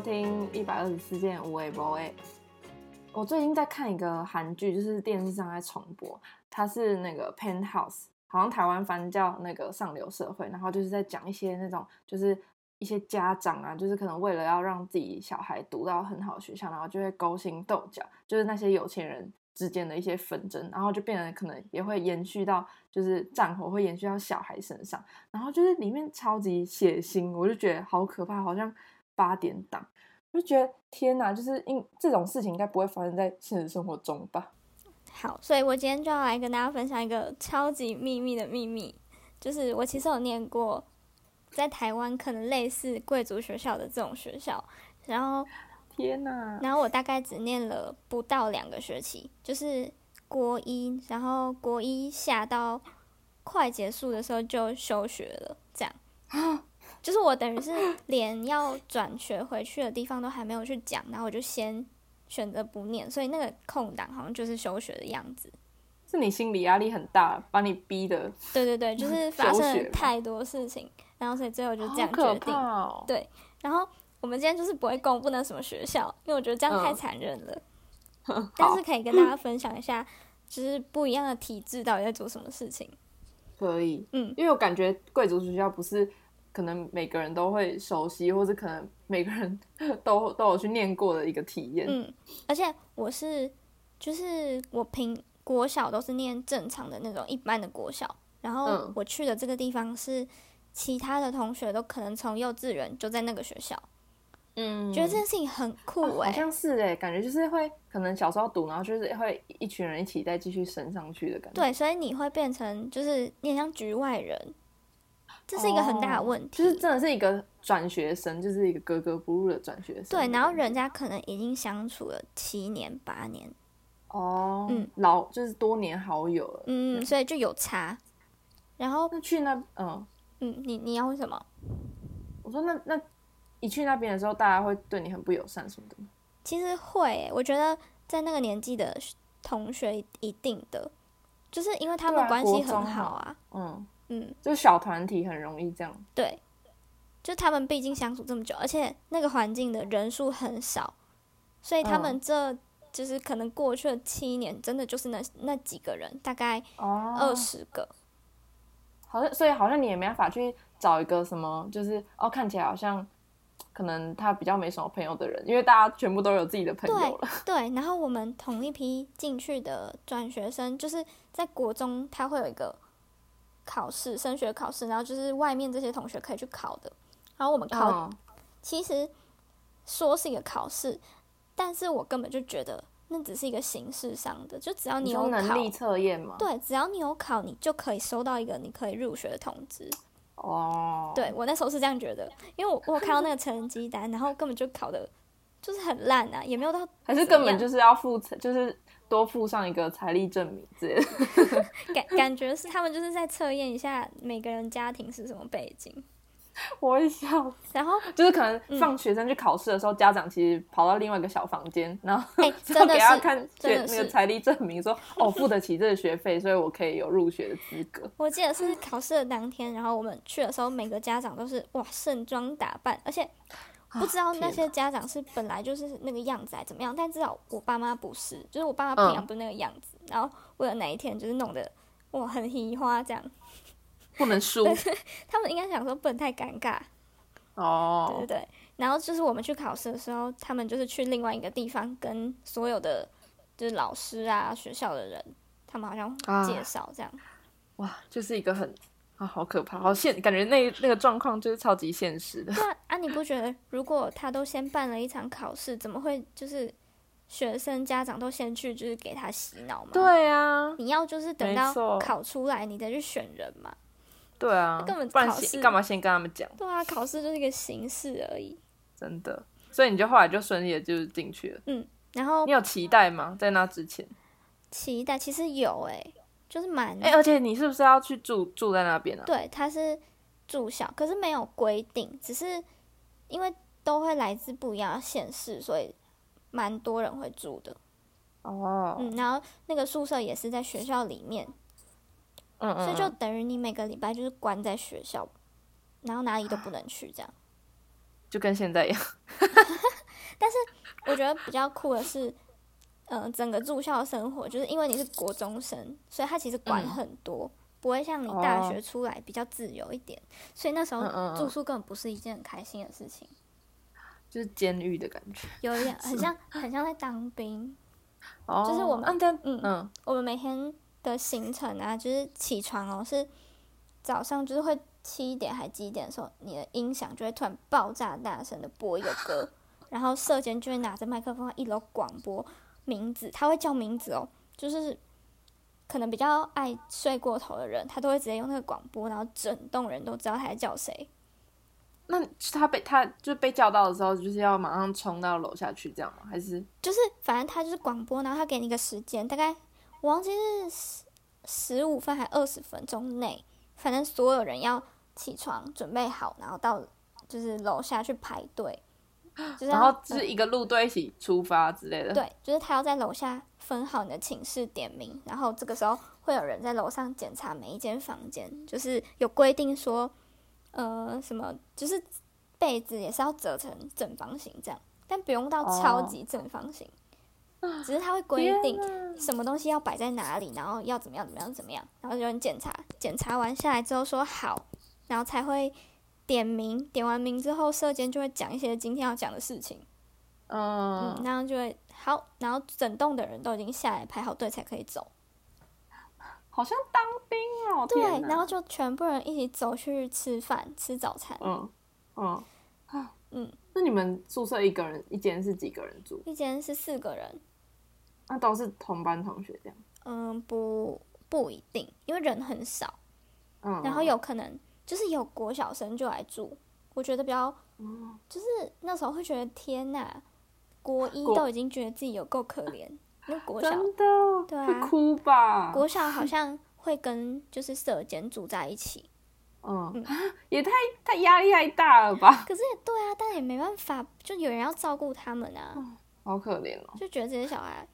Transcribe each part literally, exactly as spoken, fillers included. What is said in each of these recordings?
听一百二十四件无为不为。我最近在看一个韩剧，就是电视上在重播，它是那个 Penthouse， 好像台湾翻叫那个上流社会，然后就是在讲一些那种就是一些家长啊，就是可能为了要让自己小孩读到很好的学校，然后就会勾心斗角，就是那些有钱人之间的一些纷争，然后就变得可能也会延续到就是战火会延续到小孩身上，然后就是里面超级血腥，我就觉得好可怕，好像八点档，我就觉得天哪，就是因这种事情应该不会发生在现实生活中吧。 好，所以我今天就要来跟大家分享一个超级秘密的秘密，就是我其实有念过在台湾可能类似贵族学校的这种学校，然后天哪， 然后我大概只念了不到两个学期，就是国一，然后国一下到快结束的时候就休学了，这样。就是我等于是连要转学回去的地方都还没有去讲，然后我就先选择不念，所以那个空档好像就是休学的样子。 是你心理压力很大，把你逼的。 对对对，就是发生了太多事情，然后所以最后就这样决定。 好可怕哦。 对，然后我们今天就是不会公布那什么学校，因为我觉得这样太残忍了。嗯、但是可以跟大家分享一下，就是不一样的体制到底在做什么事情。 可以， 嗯， 因为我感觉贵族学校不是可能每个人都会熟悉，或是可能每个人都都有去念过的一个体验。 嗯，而且我是就是我平国小都是念正常的那种一般的国小，然后我去的这个地方是其他的同学都可能从幼稚园就在那个学校。嗯，觉得这件事情很酷哎、欸啊，好像是哎、欸，感觉就是会可能小时候读，然后就是会一群人一起再继续升上去的感觉。 对，所以你会变成就是你很像局外人，这是一个很大的问题。 哦、就是真的是一个转学生，就是一个格格不入的转学生。 对，然后人家可能已经相处了七年八年。 哦，嗯，老就是多年好友了。 嗯，所以就有差。然后那去那嗯嗯，你你要问什么？ 我说那那。一去那边的时候，大家会对你很不友善什么的吗？ 其实会、欸，我觉得在那个年纪的同学一定的，就是因为他们关系很好啊。 啊嗯嗯， 就是小团体很容易这样。 对，就他们毕竟相处这么久，而且那个环境的人数很少，所以他们这、嗯、就是可能过去的七年，真的就是那那几个人，大概二十个。哦、 好像，所以好像你也没办法去找一个什么，就是哦，看起来好像。可能他比较没什么朋友的人，因为大家全部都有自己的朋友了。 对，对，然后我们同一批进去的转学生，就是在国中，他会有一个考试，升学考试，然后就是外面这些同学可以去考的。然后我们考，嗯、其实说是一个考试，但是我根本就觉得那只是一个形式上的，就只要你有考， 你说能力测验吗？ 对，只要你有考，你就可以收到一个你可以入学的通知。 哦、oh. 对，我那时候是这样觉得，因为我我有看到那个成绩单，然后根本就考的就是很烂啊，也没有到， 还是根本就是要附，就是多附上一个财力证明之类的。 感感觉是他们就是在测验一下每个人家庭是什么背景。 我会笑死。 然后就是可能放学生去考试的时候，嗯、家长其实跑到另外一个小房间，然后、 欸、 之后给他看学那个财力证明说，说哦付得起这个学费，所以我可以有入学的资格。 我记得是考试的当天，然后我们去的时候，每个家长都是哇盛装打扮，而且不知道那些家长是本来就是那个样子还怎么样，但至少我爸妈不是，就是我爸妈平常不是那个样子，嗯、然后为了哪一天就是弄得哇很嘻花这样。 不能输， 他们应该想说不能太尴尬哦， oh. 对对对。然后就是我们去考试的时候，他们就是去另外一个地方跟所有的就是老师啊、学校的人，他们好像介绍这样、啊。 哇，就是一个很啊，好可怕，好现，感觉那那个状况就是超级现实的。 对啊，啊你不觉得如果他都先办了一场考试，怎么会就是学生家长都先去就是给他洗脑吗？ 对啊， 你要就是等到考出来，你再去选人嘛。 对啊， 根本不然干嘛先跟他们讲？ 对啊，考试就是一个形式而已。 真的，所以你就后来就顺利的就进去了。 嗯，然后你有期待吗？在那之前？ 期待其实有哎、欸，就是蛮哎、欸，而且你是不是要去住住在那边啊？ 对，他是住校，可是没有规定，只是因为都会来自不一样的县市，所以蛮多人会住的。 哦， 嗯，然后那个宿舍也是在学校里面。 嗯嗯， 所以就等于你每个礼拜就是关在学校，然后哪里都不能去这样。 就跟现在一样。 但是我觉得比较酷的是，呃，整个住校生活，就是因为你是国中生，所以他其实管很多，嗯、不会像你大学出来比较自由一点，哦、所以那时候住宿根本不是一件很开心的事情， 就是监狱的感觉， 有一点很像很像在当兵。 哦、 就是我们、 啊、嗯嗯，我们每天的行程啊，就是起床哦，是早上就是会七点还几点的时候，你的音响就会突然爆炸大声的播一个歌，然后舍监就会拿着麦克风在一楼广播名字，他会叫名字哦，就是可能比较爱睡过头的人，他都会直接用那个广播，然后整栋人都知道他在叫谁。 那他被他就被叫到的时候，就是要马上冲到楼下去，这样吗？还是就是反正他就是广播，然后他给你一个时间，大概我忘记是十五分还二十分钟内，反正所有人要起床准备好，然后到就是楼下去排队，就是然后就是一个路队一起出发之类的。 对，就是他要在楼下分好你的寝室点名，然后这个时候会有人在楼上检查每一间房间，就是有规定说。呃，什么就是被子也是要折成正方形这样，但不用到超级正方形，哦、只是它会规定什么东西要摆在哪里，然后要怎么样怎么样怎么样，然后有人检查，检查完下来之后说好，然后才会点名，点完名之后，舍监就会讲一些今天要讲的事情， 嗯, 嗯，然后就会好，然后整栋的人都已经下来排好队才可以走。 好像当兵哦， 对，然后就全部人一起走去吃饭，吃早餐。 嗯嗯啊嗯， 那你们宿舍一个人一间是几个人住？ 一间是四个人。 那都是同班同学这样？ 嗯，不不一定，因为人很少。 嗯， 然后有可能就是有国小生就来住，我觉得比较，嗯、就是那时候会觉得天哪，国一都已经觉得自己有够可怜。那国小真的对啊， 会哭吧？ 国小好像会跟就是舍监住在一起， 嗯，嗯也太太压力太大了吧？ 可是也对啊，但也没办法，就有人要照顾他们啊， 嗯、好可怜哦， 就觉得这些小孩。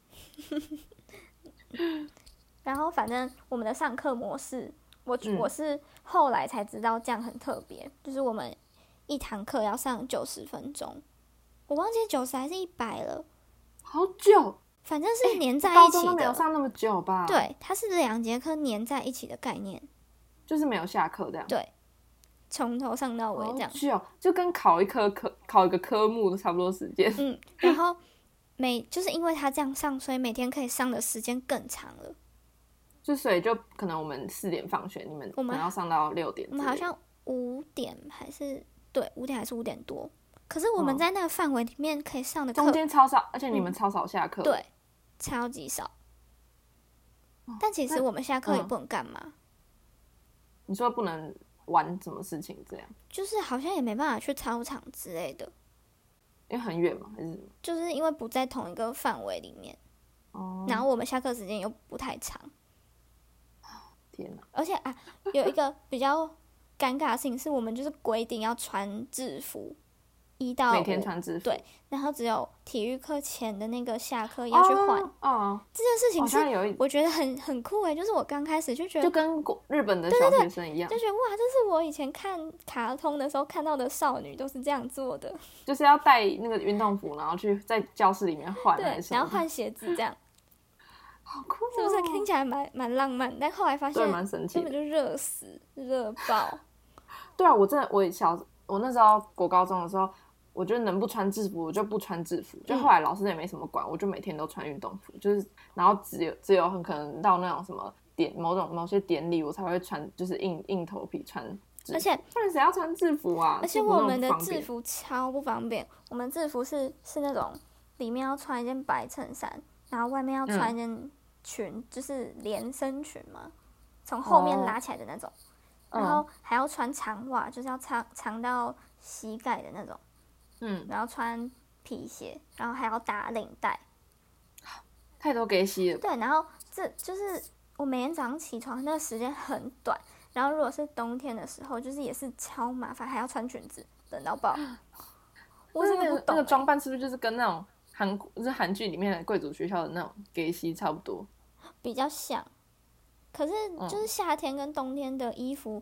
然后反正我们的上课模式，我、嗯、我是后来才知道这样很特别，就是我们一堂课要上九十分钟，我忘记九十还是一百了， 好久。 反正是黏在一起的， 高中都没有上那么久吧？ 对，它是两节课黏在一起的概念， 就是没有下课这样。 对，从头上到尾这样。 好久，就跟考一科科考一个科目都差不多时间。 嗯，然后每就是因为他这样上，所以每天可以上的时间更长了。 就所以就可能我们四点放学，你们可能要上到六点。 我们好像五点还是对五点还是五点多，可是我们在那个范围里面可以上的课、 嗯、中间超少，而且你们超少下课、嗯。 对。超级少，但其实我们下课也不能干嘛、嗯。 你说不能玩什么事情这样？ 就是好像也没办法去操场之类的， 因为很远嘛，还是什么？ 就是因为不在同一个范围里面。哦。然后我们下课时间又不太长。 天哪！ 而且啊，有一个比较尴尬的事情是我们就是规定要穿制服。一到五每天穿制服， 对，然后只有体育课前的那个下课要去换。哦， 哦这件事情是我觉得很很酷诶，就是我刚开始就觉得就跟日本的小学生一样， 对对对，就觉得哇，这是我以前看卡通的时候看到的少女都是这样做的， 就是要带那个运动服，然后去在教室里面换， 对，然后换鞋子这样， 好酷、哦， 是不是听起来蛮蛮浪漫？但后来发现蛮神奇， 根本就热死热爆。 对啊，我真的我小我那时候国高中的时候。我觉得能不穿制服我就不穿制服，就后来老师也没什么管，我就每天都穿运动服，就是然后只有只有很可能到那种什么典某种某些典礼我才会穿，就是硬硬头皮穿制服， 而且不然谁要穿制服啊？ 而且我们的制服超不方便，我们制服是是那种里面要穿一件白衬衫，然后外面要穿一件裙，嗯、就是连身裙嘛，从后面拉起来的那种，哦、然后还要穿长袜，就是要长长到膝盖的那种。嗯，然后穿皮鞋，然后还要打领带， 太多给洗了。 对，然后这就是我每天早上起床那个时间很短，然后如果是冬天的时候，就是也是超麻烦，还要穿裙子，冷到爆。 我真的不懂、欸、那个装扮是不是就是跟那种韩就是韩剧里面的贵族学校的那种给洗差不多？ 比较像，可是就是夏天跟冬天的衣服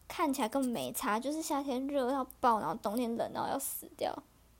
看起来根本没差，就是夏天热到爆，然后冬天冷到要死掉。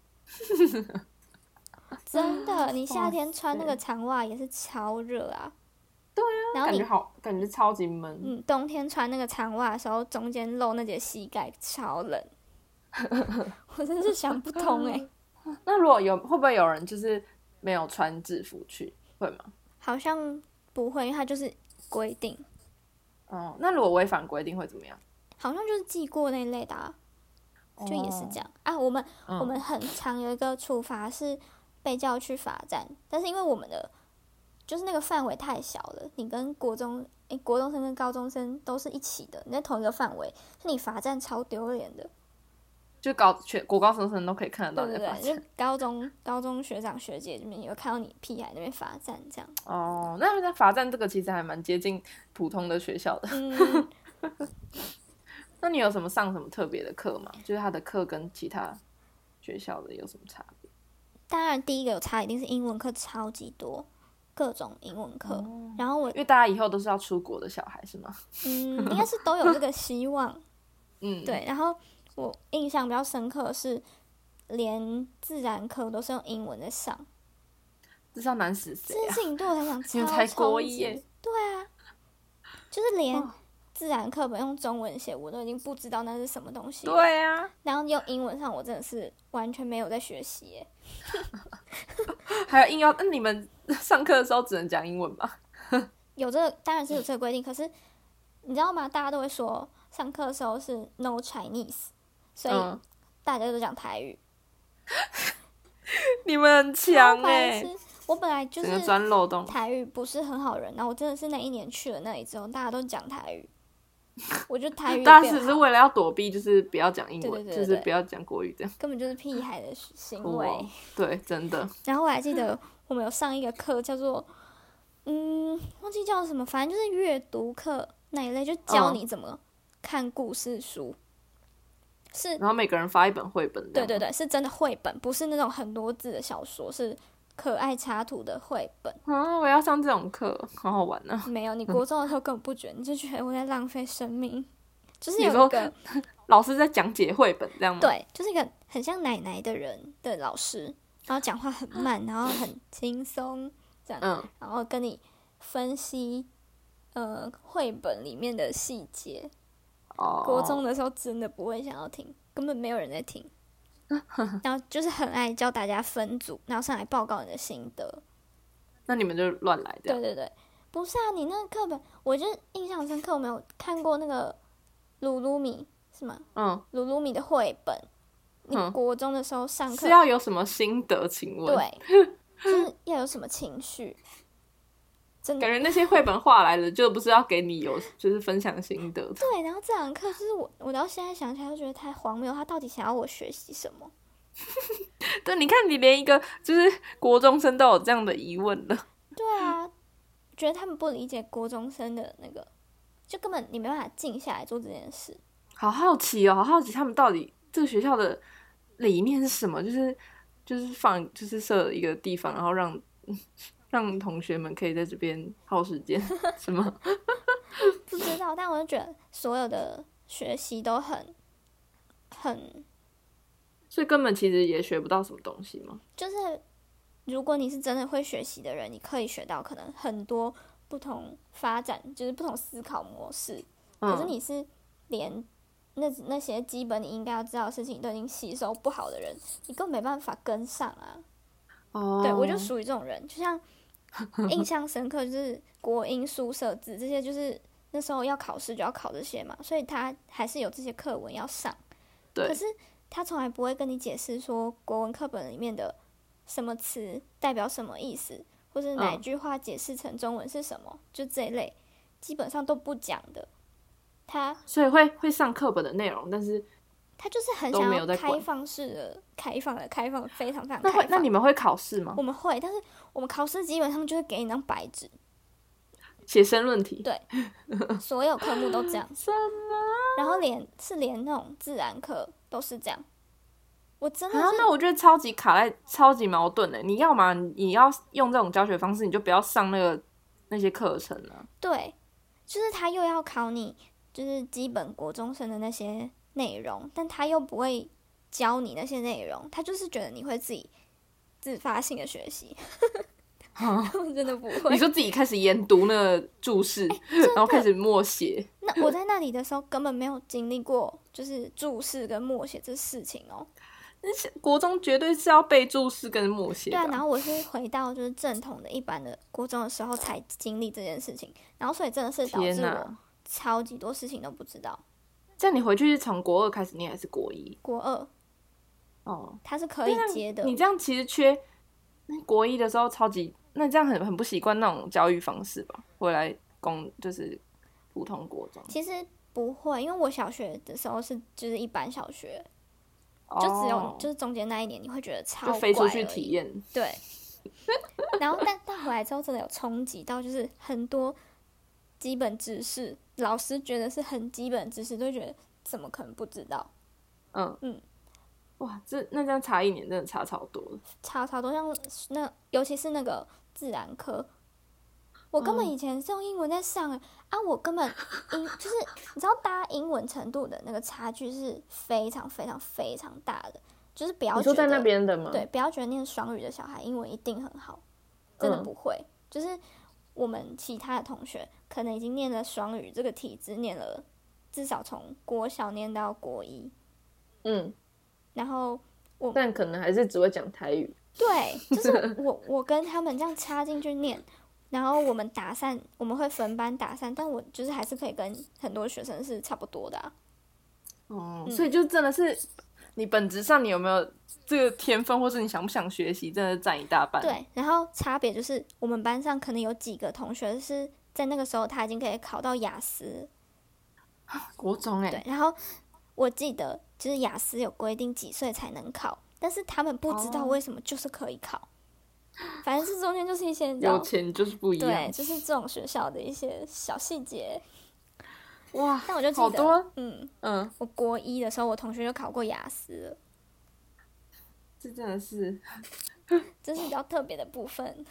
真的，你夏天穿那个长袜也是超热啊。 对啊， 然后你感觉好，感觉超级闷。 嗯，冬天穿那个长袜的时候，中间露那节膝盖，超冷。我真是想不通哎、 欸。那如果有会不会有人就是没有穿制服去，会吗？ 好像不会，因为它就是规定。 哦，那如果违反规定会怎么样？ 好像就是记过那类的啊，就也是这样、哦、啊。我们、嗯、我们很常有一个处罚是被叫去罚站，但是因为我们的就是那个范围太小了，你跟国中诶国中生跟高中生都是一起的，你在同一个范围，所以你罚站超丢脸的。 就高全国高中生都可以看得到你在罚站。 对对对，就高中高中学长学姐这边有看到你屁孩那边罚站这样。 哦，那那罚站这个其实还蛮接近普通的学校的。 嗯。 那你有什么上什么特别的课吗？就是他的课跟其他学校的有什么差别？ 当然，第一个有差一定是英文课超级多，各种英文课。哦、然后我因为大家以后都是要出国的小孩是吗？ 嗯，应该是都有这个希望。 嗯， 对。然后我印象比较深刻的是，连自然课都是用英文在上， 这是要难死谁啊？ 这件事情对我来讲超你才国一耶。 对啊，就是连自然课本用中文写，我都已经不知道那是什么东西了。 对啊， 然后用英文上，我真的是完全没有在学习耶。 还有硬要，那你们上课的时候只能讲英文吗？ 有这个，当然是有这个规定。可是你知道吗？大家都会说上课的时候是 no Chinese， 所以大家都讲台语。 你们很强哎、 欸！我本来就是钻漏洞， 台语不是很好人，然后我真的是那一年去了那里之后，大家都讲台语。我觉得台语大家只是为了要躲避，就是不要讲英文， 对对对对就是不要讲国语这样， 根本就是屁孩的行为。 哦、对，真的。 然后我还记得我们有上一个课叫做，嗯，忘记叫什么，反正就是阅读课那一类，就教你怎么看故事书。嗯、是， 然后每个人发一本绘本。 对对对，是真的绘本，不是那种很多字的小说，是可爱插图的绘本。 啊，我要上这种课，好好玩啊！ 没有，你国中的时候根本不觉得，你就觉得我在浪费生命。就是有一个老师在讲解绘本，这样吗？ 对，就是一个很像奶奶的人的老师，然后讲话很慢，然后很轻松，这样，嗯，然后跟你分析呃绘本里面的细节。哦，国中的时候真的不会想要听，根本没有人在听。然后就是很爱教大家分组，然后上来报告你的心得。 那你们就乱来的。 对对对，不是啊，你那个课本，我就印象深刻，我没有看过那个鲁鲁米是吗？嗯，鲁鲁米的绘本。你国中的时候上课是要有什么心得？请问， 对，就是要有什么情绪？真的， 感觉那些绘本画来的就不是要给你有，就是分享心得的。 对，然后这堂课就是我，我到现在想起来都觉得太荒谬，他到底想要我学习什么？ 对，你看，你连一个就是国中生都有这样的疑问了。 对啊，觉得他们不理解国中生的那个，就根本你没办法静下来做这件事。 好好奇哦，好好奇他们到底这个学校的理念是什么？就是就是放就是设一个地方，然后让让同学们可以在这边耗时间，是吗？ 不知道，但我就觉得所有的学习都很很。 所以根本其实也学不到什么东西吗？ 就是如果你是真的会学习的人，你可以学到可能很多不同发展，就是不同思考模式。嗯、可是你是连那那些基本你应该要知道的事情都已经吸收不好的人，你根本没办法跟上啊。哦，对，我就属于这种人，就像印象深刻就是国英数社自这些，就是那时候要考试就要考这些嘛，所以他还是有这些课文要上。 对， 可是他从来不会跟你解释说国文课本里面的什么词代表什么意思，或是哪句话解释成中文是什么，嗯、就这一类基本上都不讲的。他所以会会上课本的内容，但是他就是很想要开放式的、开放的、开放，非常非常开放。 那那你们会考试吗？ 我们会，但是我们考试基本上就是给你一张白纸， 写申论题。 对，所有科目都这样。 什么？ 然后连是连那种自然课都是这样。我真的是、 啊，那我觉得超级卡在超级矛盾的。你要嘛，你要用这种教学方式，你就不要上那个那些课程了。 对，就是他又要考你就是基本国中生的那些内容，但他又不会教你那些内容，他就是觉得你会自己自发性的学习。我真的不会。 你说自己开始研读那个注释，欸、然后开始默写。 那我在那里的时候根本没有经历过，就是注释跟默写这事情哦。 国中绝对是要背注释跟默写的、啊。 对啊，然后我是回到就是正统的一般的国中的时候才经历这件事情，然后所以真的是导致我超级多事情都不知道。 这样你回去是从国二开始念还是国一？ 国二。 哦， 它是可以接的。 你这样其实缺国一的时候超级。那这样很很不习惯那种教育方式吧？回来公就是普通国中。 其实不会，因为我小学的时候是就是一般小学，哦、就只有就是中间那一年你会觉得超怪而已， 就飞出去体验。 对。然后但但回来之后真的有冲击到，就是很多基本知识，老师觉得是很基本知识，都会觉得怎么可能不知道？ 嗯嗯。哇，这那这样差一年真的差超多了， 差超多，像那尤其是那个自然科，我根本以前是用英文在上、欸、啊，我根本英就是你知道，大家英文程度的那个差距是非常非常非常大的，就是不要觉得你说在那边的吗？ 对，不要觉得念双语的小孩英文一定很好，真的不会，嗯、就是我们其他的同学可能已经念了双语这个体制，念了至少从国小念到国一，嗯。然后我， 但可能还是只会讲台语。 对，就是我我跟他们这样插进去念，然后我们打散，我们会分班打散，但我就是还是可以跟很多学生是差不多的、啊。 哦、嗯，所以就真的是你本质上你有没有这个天分，或是你想不想学习，真的占一大半。 对，然后差别就是我们班上可能有几个同学是在那个时候他已经可以考到雅思， 国中哎、欸。 对，然后我记得。就是雅思有规定几岁才能考，但是他们不知道为什么就是可以考。Oh. 反正是中间就是一些有钱就是不一样， 对，就是这种学校的一些小细节。 哇， 但我就记得， 好多嗯嗯，我国一的时候，我同学就考过雅思了。 这真的是， 这是比较特别的部分。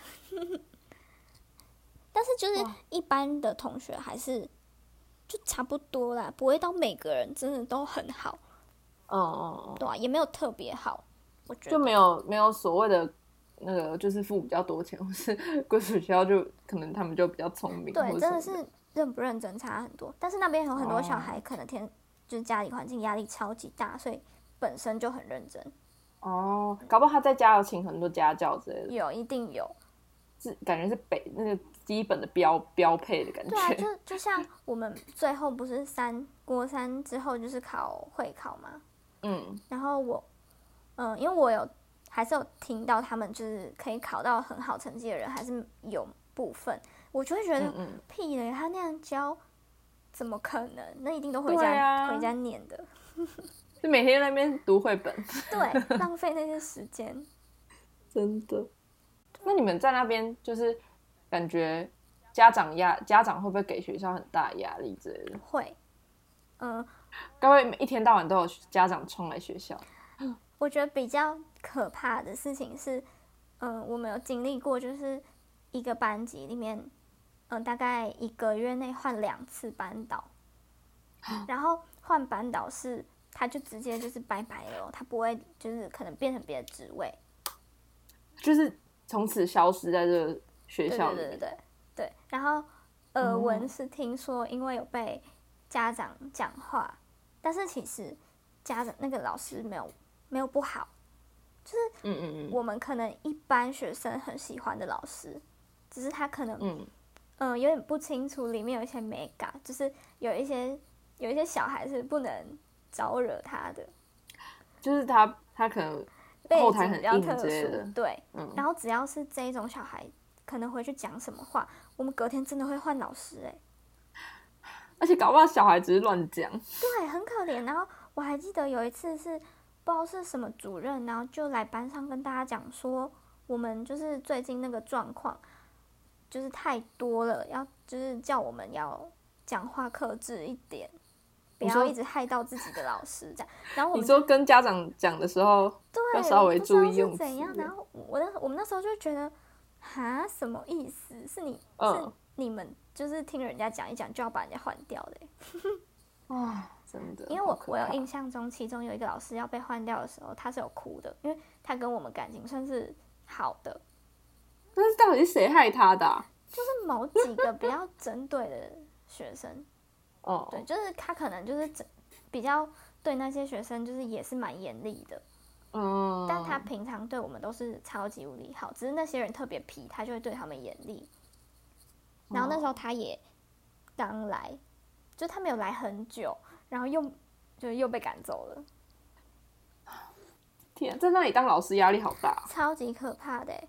但是就是一般的同学还是。就差不多啦，不会到每个人真的都很好。 嗯嗯嗯， 对啊，也没有特别好，我觉得就没有没有所谓的那个，就是付比较多钱，或是贵族学校就可能他们就比较聪明。 对，真的是认不认真差很多。但是那边有很多小孩，可能天、哦、就是家里环境压力超级大，所以本身就很认真。 哦，搞不好他在家有请很多家教之类的。 有，一定有。 是感觉是北那个基本的标标配的感觉。 对啊，就就像我们最后不是三国三之后就是考会考嘛，嗯，然后我，嗯，因为我有还是有听到他们就是可以考到很好成绩的人还是有部分，我就会觉得嗯嗯屁嘞，他那样教怎么可能？那一定都回家、啊、回家念的， 就每天在那边读绘本， 对，浪费那些时间， 真的。那你们在那边就是感觉家长压家长会不会给学校很大压力之类的？ 会，嗯， 该不会一天到晚都有家长冲来学校？ 我觉得比较可怕的事情是，嗯，我们有经历过，就是一个班级里面，嗯，大概一个月内换两次班导，然后换班导是他就直接就是拜拜了、哦，他不会就是可能变成别的职位， 就是。从此消失在这个学校里面。 对对对对对。然后耳闻是听说，因为有被家长讲话，但是其实家长那个老师没有没有不好，就是嗯嗯嗯，我们可能一般学生很喜欢的老师，只是他可能嗯嗯、呃、有点不清楚里面有一些美感，就是有一些有一些小孩是不能招惹他的， 就是他他可能。后台很硬之类的， 对、嗯，然后只要是这一种小孩，可能回去讲什么话，我们隔天真的会换老师哎、 欸，而且搞不好小孩只是乱讲， 对，很可怜。然后我还记得有一次是不知道是什么主任，然后就来班上跟大家讲说，我们就是最近那个状况就是太多了，要就是叫我们要讲话克制一点。不要一直害到自己的老师这样，然后我们你说跟家长讲的时候， 对， 要稍微注意用词。 怎样？然后我那我们那时候就觉得，哈，什么意思？是你、 嗯、 是你们就是听人家讲一讲就要把人家换掉的、欸？ 啊，真的， 因为我我有好可怕印象中，其中有一个老师要被换掉的时候，他是有哭的，因为他跟我们感情算是好的， 但是到底是谁害他的、啊？ 就是某几个比较针对的学生， 哦， 对，就是他可能就是整比较对那些学生就是也是蛮严厉的， 嗯， 但他平常对我们都是超级无敌好，只是那些人特别皮，他就会对他们严厉。然后那时候他也刚来，就他没有来很久，然后又就又被赶走了， 天、啊，在那里当老师压力好大， 超级可怕的欸，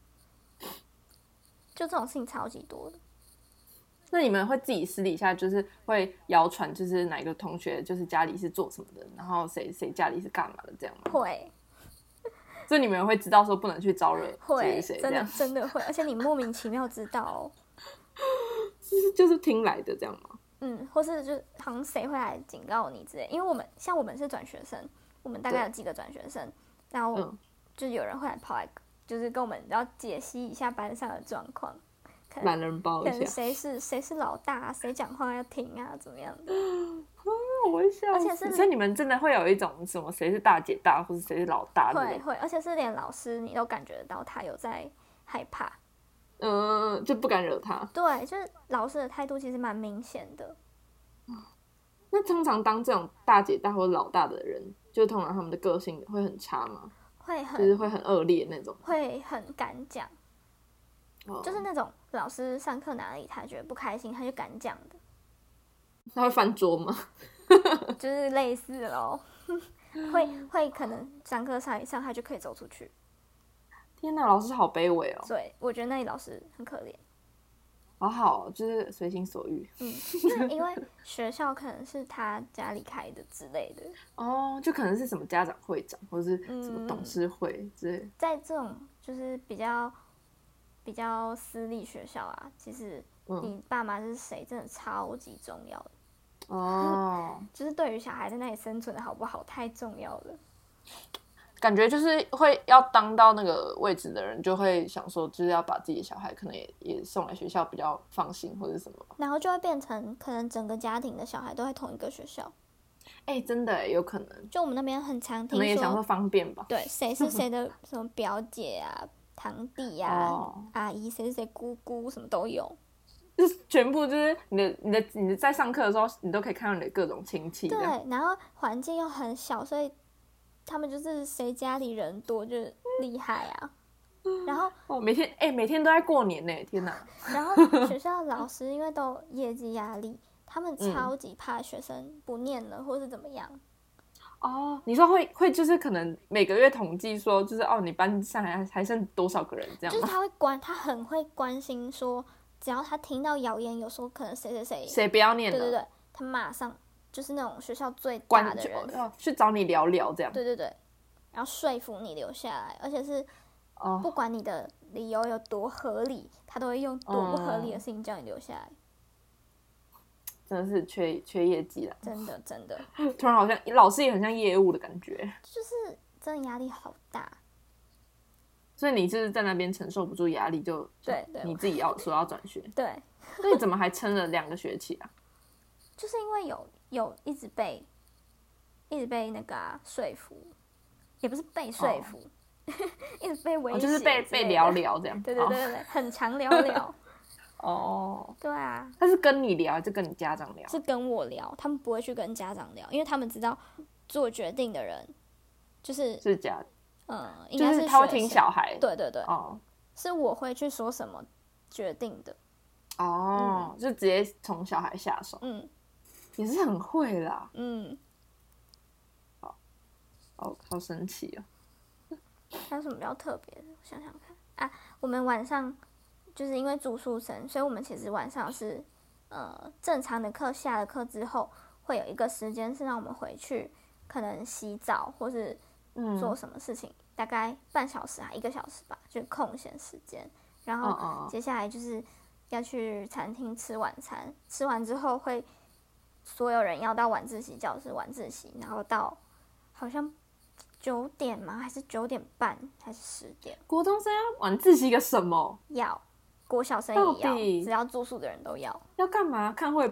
就这种事情超级多的。 那你们会自己私底下就是会谣传，就是哪个同学就是家里是做什么的，然后谁谁家里是干嘛的这样吗？ 会， 所以你们会知道说不能去招惹会， 谁谁这真的样， 真的会，而且你莫名其妙知道哦， 就是就是听来的这样吗？ 嗯，或是就好像谁会来警告你之类，因为我们像我们是转学生，我们大概有几个转学生，然后嗯就有人会来跑来，就是跟我们要解析一下班上的状况，可能懒人包可能一下， 谁是谁是老大、啊，谁讲话要听啊，怎么样的？ 我会笑死， 而且是所以你们真的会有一种什么谁是大姐大，或是谁是老大的， 会会，而且是连老师你都感觉得到他有在害怕， 嗯，就不敢惹他。 对，就是老师的态度其实蛮明显的。 那通常当这种大姐大或者老大的人，就通常他们的个性会很差吗？ 会很就是会很恶劣那种。 会很敢讲， 哦就是那种老师上课哪里他觉得不开心，他就敢讲的， 他会翻桌吗？ 就是类似咯。会会可能上课上一上他就可以走出去， 天哪，老师好卑微哦。 所以我觉得那里老师很可怜。 好好，就是随心所欲。 嗯，因为因为学校可能是他家里开的之类的， 哦，就可能是什么家长会长，或者是什么董事会之类的。 在这种就是比较比较私立学校啊，其实你爸妈是谁真的超级重要的。 哦， 就是对于小孩在那里生存的好不好太重要了。 感觉就是会要当到那个位置的人，就会想说，就是要把自己的小孩可能也也送来学校比较放心，或者什么。 然后就会变成可能整个家庭的小孩都在同一个学校。 哎、欸，真的有可能。 就我们那边很常听说， 可能也想说方便吧。 对，谁是谁的什么表姐啊、堂弟啊、哦、阿姨，谁是谁姑姑，什么都有。 就是全部就是你的你的你的在上课的时候，你都可以看到你的各种亲戚。 对，然后环境又很小，所以他们就是谁家里人多就厉害啊。然后哦，每天哎、欸，每天都在过年呢，天哪！ 然后学校老师因为都有业绩压力，他们超级怕学生不念了、嗯、或是怎么样。 哦，你说会会就是可能每个月统计说，就是哦，你班上还还剩多少个人这样吗？ 就是他会关，他很会关心说。只要他听到谣言，有时候可能谁谁谁谁不要念了， 对对对，他马上就是那种学校最大的人， 哦、去找你聊聊这样。 对对对，然后说服你留下来，而且是不管你的理由有多合理，他都会用多不合理的事情叫你留下来。 嗯、真的是缺缺业绩了， 真的真的。 突然好像老师也很像业务的感觉， 就是真的压力好大。 所以你就是在那边承受不住压力就，就对对， 你自己要说要转学。 对， 所以怎么还撑了两个学期啊？ 就是因为有有一直被一直被那个、啊、说服，也不是被说服，哦、一直被威胁、哦， 就是被被聊聊这样。 对对对对，哦、很常聊聊。 哦， 对啊， 他是跟你聊，还是跟你家长聊？ 是跟我聊，他们不会去跟家长聊，因为他们知道做决定的人就是是家长。 嗯，应该是他会听小孩， 对对对， 哦， 是我会去说什么决定的， 哦，嗯、就直接从小孩下手， 嗯， 也是很会啦， 嗯， 好，好好神奇哦。 还有什么比较特别的？我想想看啊，我们晚上就是因为住宿生，所以我们其实晚上是呃正常的课下了课之后，会有一个时间是让我们回去，可能洗澡或是。做什么事情、嗯、大概半小时还一个小时吧，就空闲时间。然后接下来就是要去餐厅吃晚餐，吃完之后会所有人要到晚自习教室晚自习，然后到好像九点吗？还是九点半？还是十点？ 国中生要晚自习个什么？ 要，国小生也要，只要住宿的人都要。 要干嘛？看绘本？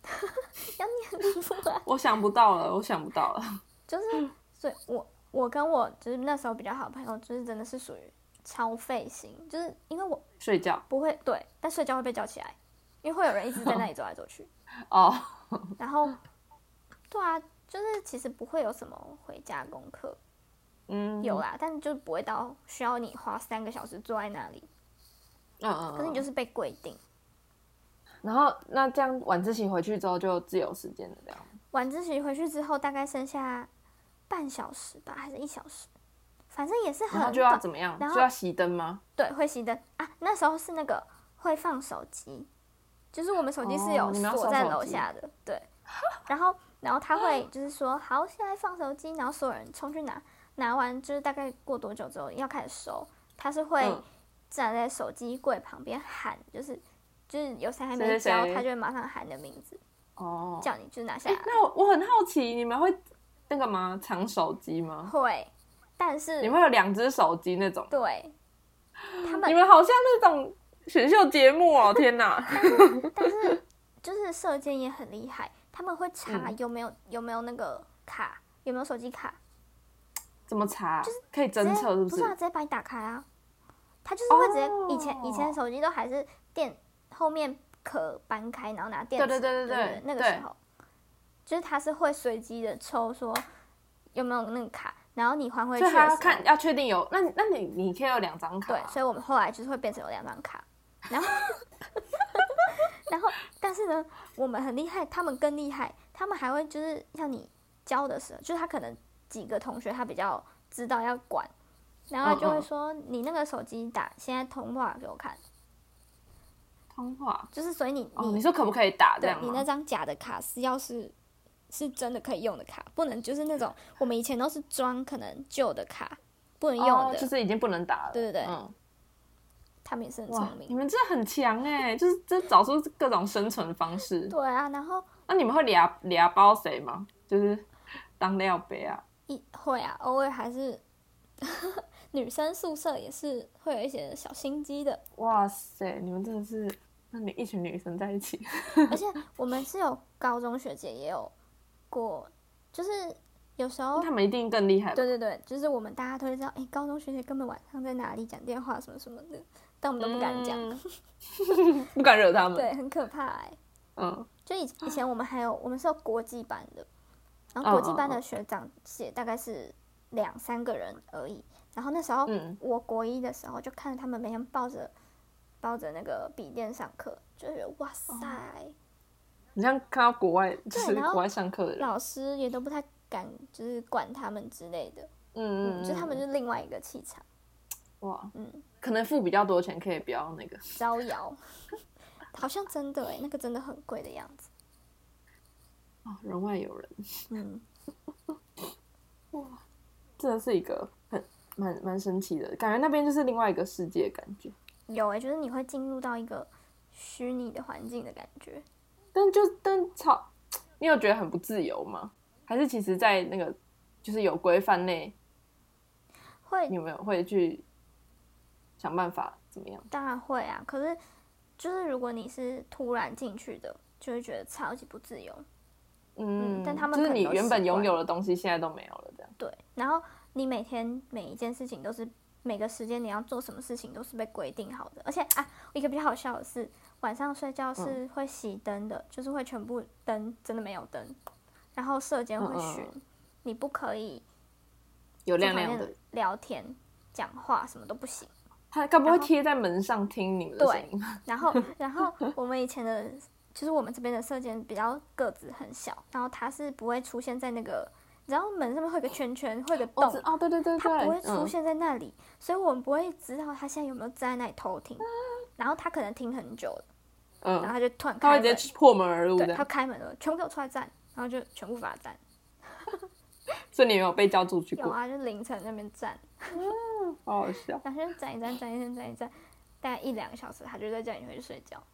要念出来。 我想不到了，我想不到了。 就是，所以我我跟我就是那时候比较好的朋友，就是真的是属于超费心，就是因为我睡觉不会对，但睡觉会被叫起来，因为会有人一直在那里走来走去。 哦， 然后，对啊，就是其实不会有什么回家功课， 嗯， 有啦，但就不会到需要你花三个小时坐在那里。 嗯嗯， 可是你就是被规定。 然后那这样晚自习回去之后就自由时间了，这样。 晚自习回去之后大概剩下半小时吧，还是一小时，反正也是很短。 然后就要怎么样？ 然后就要熄灯吗？ 对，会熄灯啊。那时候是那个会放手机，就是我们手机是有锁在楼下的，哦、对。然后，然后他会就是说，好，现在放手机，然后所有人冲去拿，拿完就是大概过多久之后要开始收，他是会站在手机柜旁边喊，就是就是有谁还没交，他就会马上喊你的名字，哦，叫你就是拿下来。 那我我很好奇，你们会那个吗？藏手机吗？ 会，但是你们会有两只手机那种？ 对，他们你们好像那种选秀节目哦，天哪！ 但是但是就是射箭也很厉害。他们会查有没有、嗯、有没有那个卡，有没有手机卡？ 怎么查？ 就是可以侦测，是不是？ 不是啊，直接把你打开啊。他就是会直接，哦、以前以前手机都还是电后面壳搬开，然后拿电池， 对对对对 对, 对，那个时候就是他是会随机的抽说有没有那个卡，然后你还回去的时候， 所以他看要确定有，那那你你可以有两张卡、啊。 对，所以我们后来就是会变成有两张卡，然后。然后，但是呢，我们很厉害，他们更厉害，他们还会就是要你教的时候，就是他可能几个同学他比较知道要管，然后他就会说、嗯嗯、你那个手机打现在通话给我看， 通话就是所以你、 哦、 你你说可不可以打这样吗？ 对，你那张假的卡是要是是真的可以用的卡，不能就是那种我们以前都是装可能旧的卡不能用的、 哦，就是已经不能打了， 对对对， 嗯。 他们也是很聪明， 你们真的很强哎，就是这找出各种生存方式。 对啊，然后那你们会俩俩包谁吗？就是当料杯啊？ 一会啊，偶尔还是女生宿舍也是会有一些小心机的。 哇塞，你们真的是那你一群女生在一起， 而且我们是有高中学姐也有过，就是有时候他们一定更厉害吧？ 对对对，就是我们大家都会知道，哎，高中学姐根本晚上在哪里讲电话什么什么的。但我们都不敢讲、 嗯，不敢惹他们。 对，很可怕哎、欸。 嗯， 就以以前我们还有我们是有国际班的，然后国际班的学长姐大概是两三个人而已。然后那时候、嗯、我国一的时候就看着他们每天抱着抱着那个笔电上课，就觉得哇塞。哦、 你像看到国外就是国外上课的人， 老师也都不太敢就是管他们之类的。嗯嗯，就他们就是另外一个气场。 哇，嗯，可能付比较多钱可以不要那个招摇，好像真的哎，那个真的很贵的样子。 哦，人外有人， 嗯， 哇，真的是一个很蛮蛮神奇的感觉，那边就是另外一个世界的感觉。 有哎，就是你会进入到一个虚拟的环境的感觉。 但就但超，你有觉得很不自由吗？还是其实，在那个就是有规范内， 会， 你有没有会去？想办法怎么样？ 当然会啊，可是就是如果你是突然进去的，就会觉得超级不自由。 嗯， 嗯但他们就是你原本拥有的东西现在都没有了，这样。 对，然后你每天每一件事情都是每个时间你要做什么事情都是被规定好的，而且啊，一个比较好笑的是，晚上睡觉是会熄灯的，嗯、就是会全部灯真的没有灯，然后舍监会巡，嗯嗯你不可以有亮亮的聊天、讲话，什么都不行。 他该不会贴在门上听你们的声音？ 然后，然后我们以前的，就是我们这边的舍监比较个子很小，然后他是不会出现在那个，然后门上面会有个圈圈，会有个洞， 哦，对对对对， 他不会出现在那里，嗯、所以我们不会知道他现在有没有站在那里偷听，然后他可能听很久了，嗯，然后他就突然开门， 他会直接破门而入， 对，他开门了，全部给我出来站，然后就全部罚站。 所以你有没有被叫出去过？ 有啊，就凌晨那边站， 嗯，好好笑。 然后就站一站，站一站，站一站，大概一两个小时，他就在叫你回去睡觉。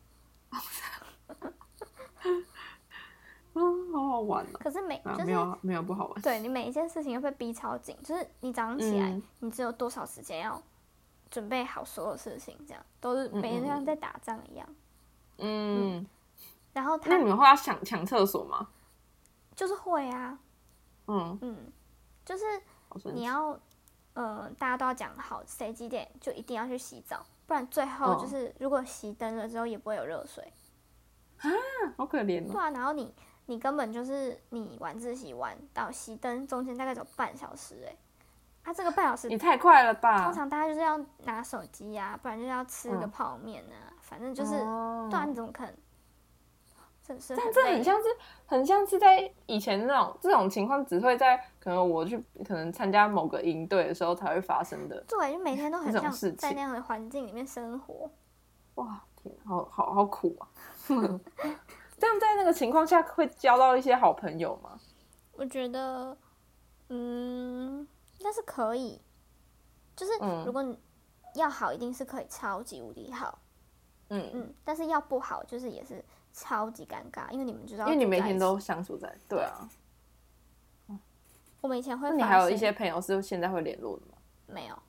嗯，好好玩哦。 可是每、就是、 没有没有不好玩。 对你每一件事情要被逼超紧，就是你早上起来，嗯、你只有多少时间要准备好所有事情，这样都是每天像在打仗一样。 嗯，嗯然后他那你们会要抢抢厕所吗？ 就是会啊， 嗯嗯，就是你要呃大家都要讲好谁几点就一定要去洗澡，不然最后就是、嗯、如果熄灯了之后也不会有热水啊，好可怜哦。 对啊，然后你你根本就是你晚自习完到熄灯中间大概只有半小时哎、欸。啊，这个半小时也太快了吧！ 通常大家就是要拿手机啊，不然就是要吃个泡面啊，嗯、反正就是，哦、不然你怎么可能？真是很累， 这很像是很像是在以前那种这种情况，只会在可能我去可能参加某个营队的时候才会发生的。 对，就每天都很像在那样的环境里面生活。 哇，天，好好好苦啊！这样在那个情况下会交到一些好朋友吗？ 我觉得，嗯。但是可以，就是如果你要好，一定是可以超级无敌好，嗯嗯。但是要不好，就是也是超级尴尬，因为你们知道， 因为你每天都相处在，对啊。 对我们以前会， 那你还有一些朋友是现在会联络的吗？ 没有。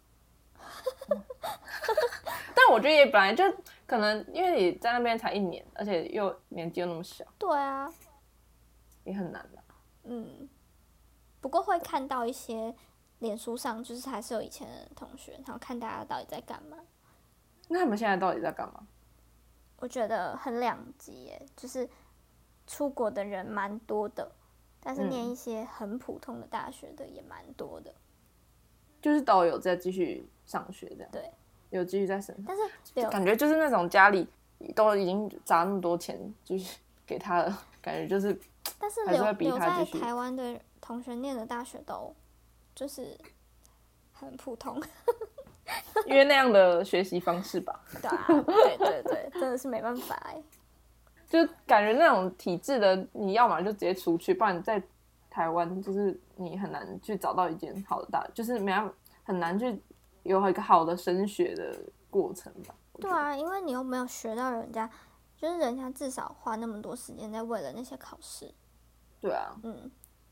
但我觉得也本来就可能，因为你在那边才一年，而且又年纪又那么小， 对啊， 也很难的。 嗯，不过会看到一些。脸书上就是还是有以前的同学，然后看大家到底在干嘛。 那他们现在到底在干嘛？ 我觉得很两极耶，就是出国的人蛮多的，但是念一些很普通的大学的也蛮多的、嗯， 就是都有在继续上学这样。 对， 有继续在升， 但是感觉就是那种家里都已经砸那么多钱，就是给他的感觉就是， 但是留留在台湾的同学念的大学都。就是很普通， 因为那样的学习方式吧。 对啊，对对对，真的是没办法哎。 就感觉那种体制的，你要嘛就直接出去，不然在台湾就是你很难去找到一间好的大，就是没办法很难去有一个好的升学的过程吧。 对啊，因为你又没有学到人家，就是人家至少花那么多时间在为了那些考试。 对啊， 嗯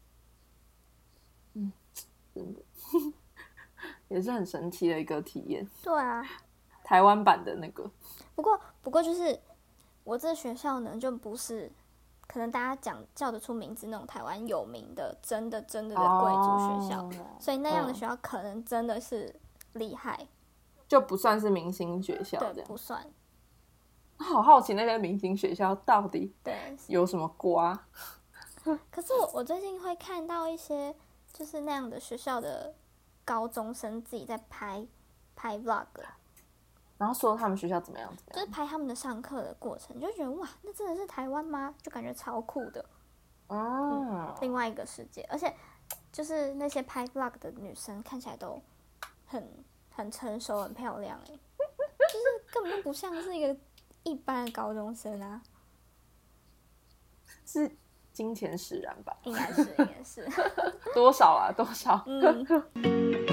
嗯。真的也是很神奇的一个体验。 对啊， 台湾版的那个。 不过，不过就是我这学校呢，就不是可能大家讲叫得出名字那种台湾有名的真的真的的贵族学校，哦、所以那样的学校可能真的是厉害，嗯、 就不算是明星学校这样。 对，不算。 好好奇那些明星学校到底有什么瓜？ 可是我我最近会看到一些。就是那样的学校的高中生自己在拍拍 vlog， 然后说他们学校怎么样怎么样，就是拍他们的上课的过程，就觉得哇，那真的是台湾吗？就感觉超酷的。哦、嗯，另外一个世界，而且就是那些拍 vlog 的女生看起来都很很成熟、很漂亮哎，就是根本就不像是一个一般的高中生啊。 是。金钱使然吧， 应该是，应该是， 多少啊，多少？ 嗯。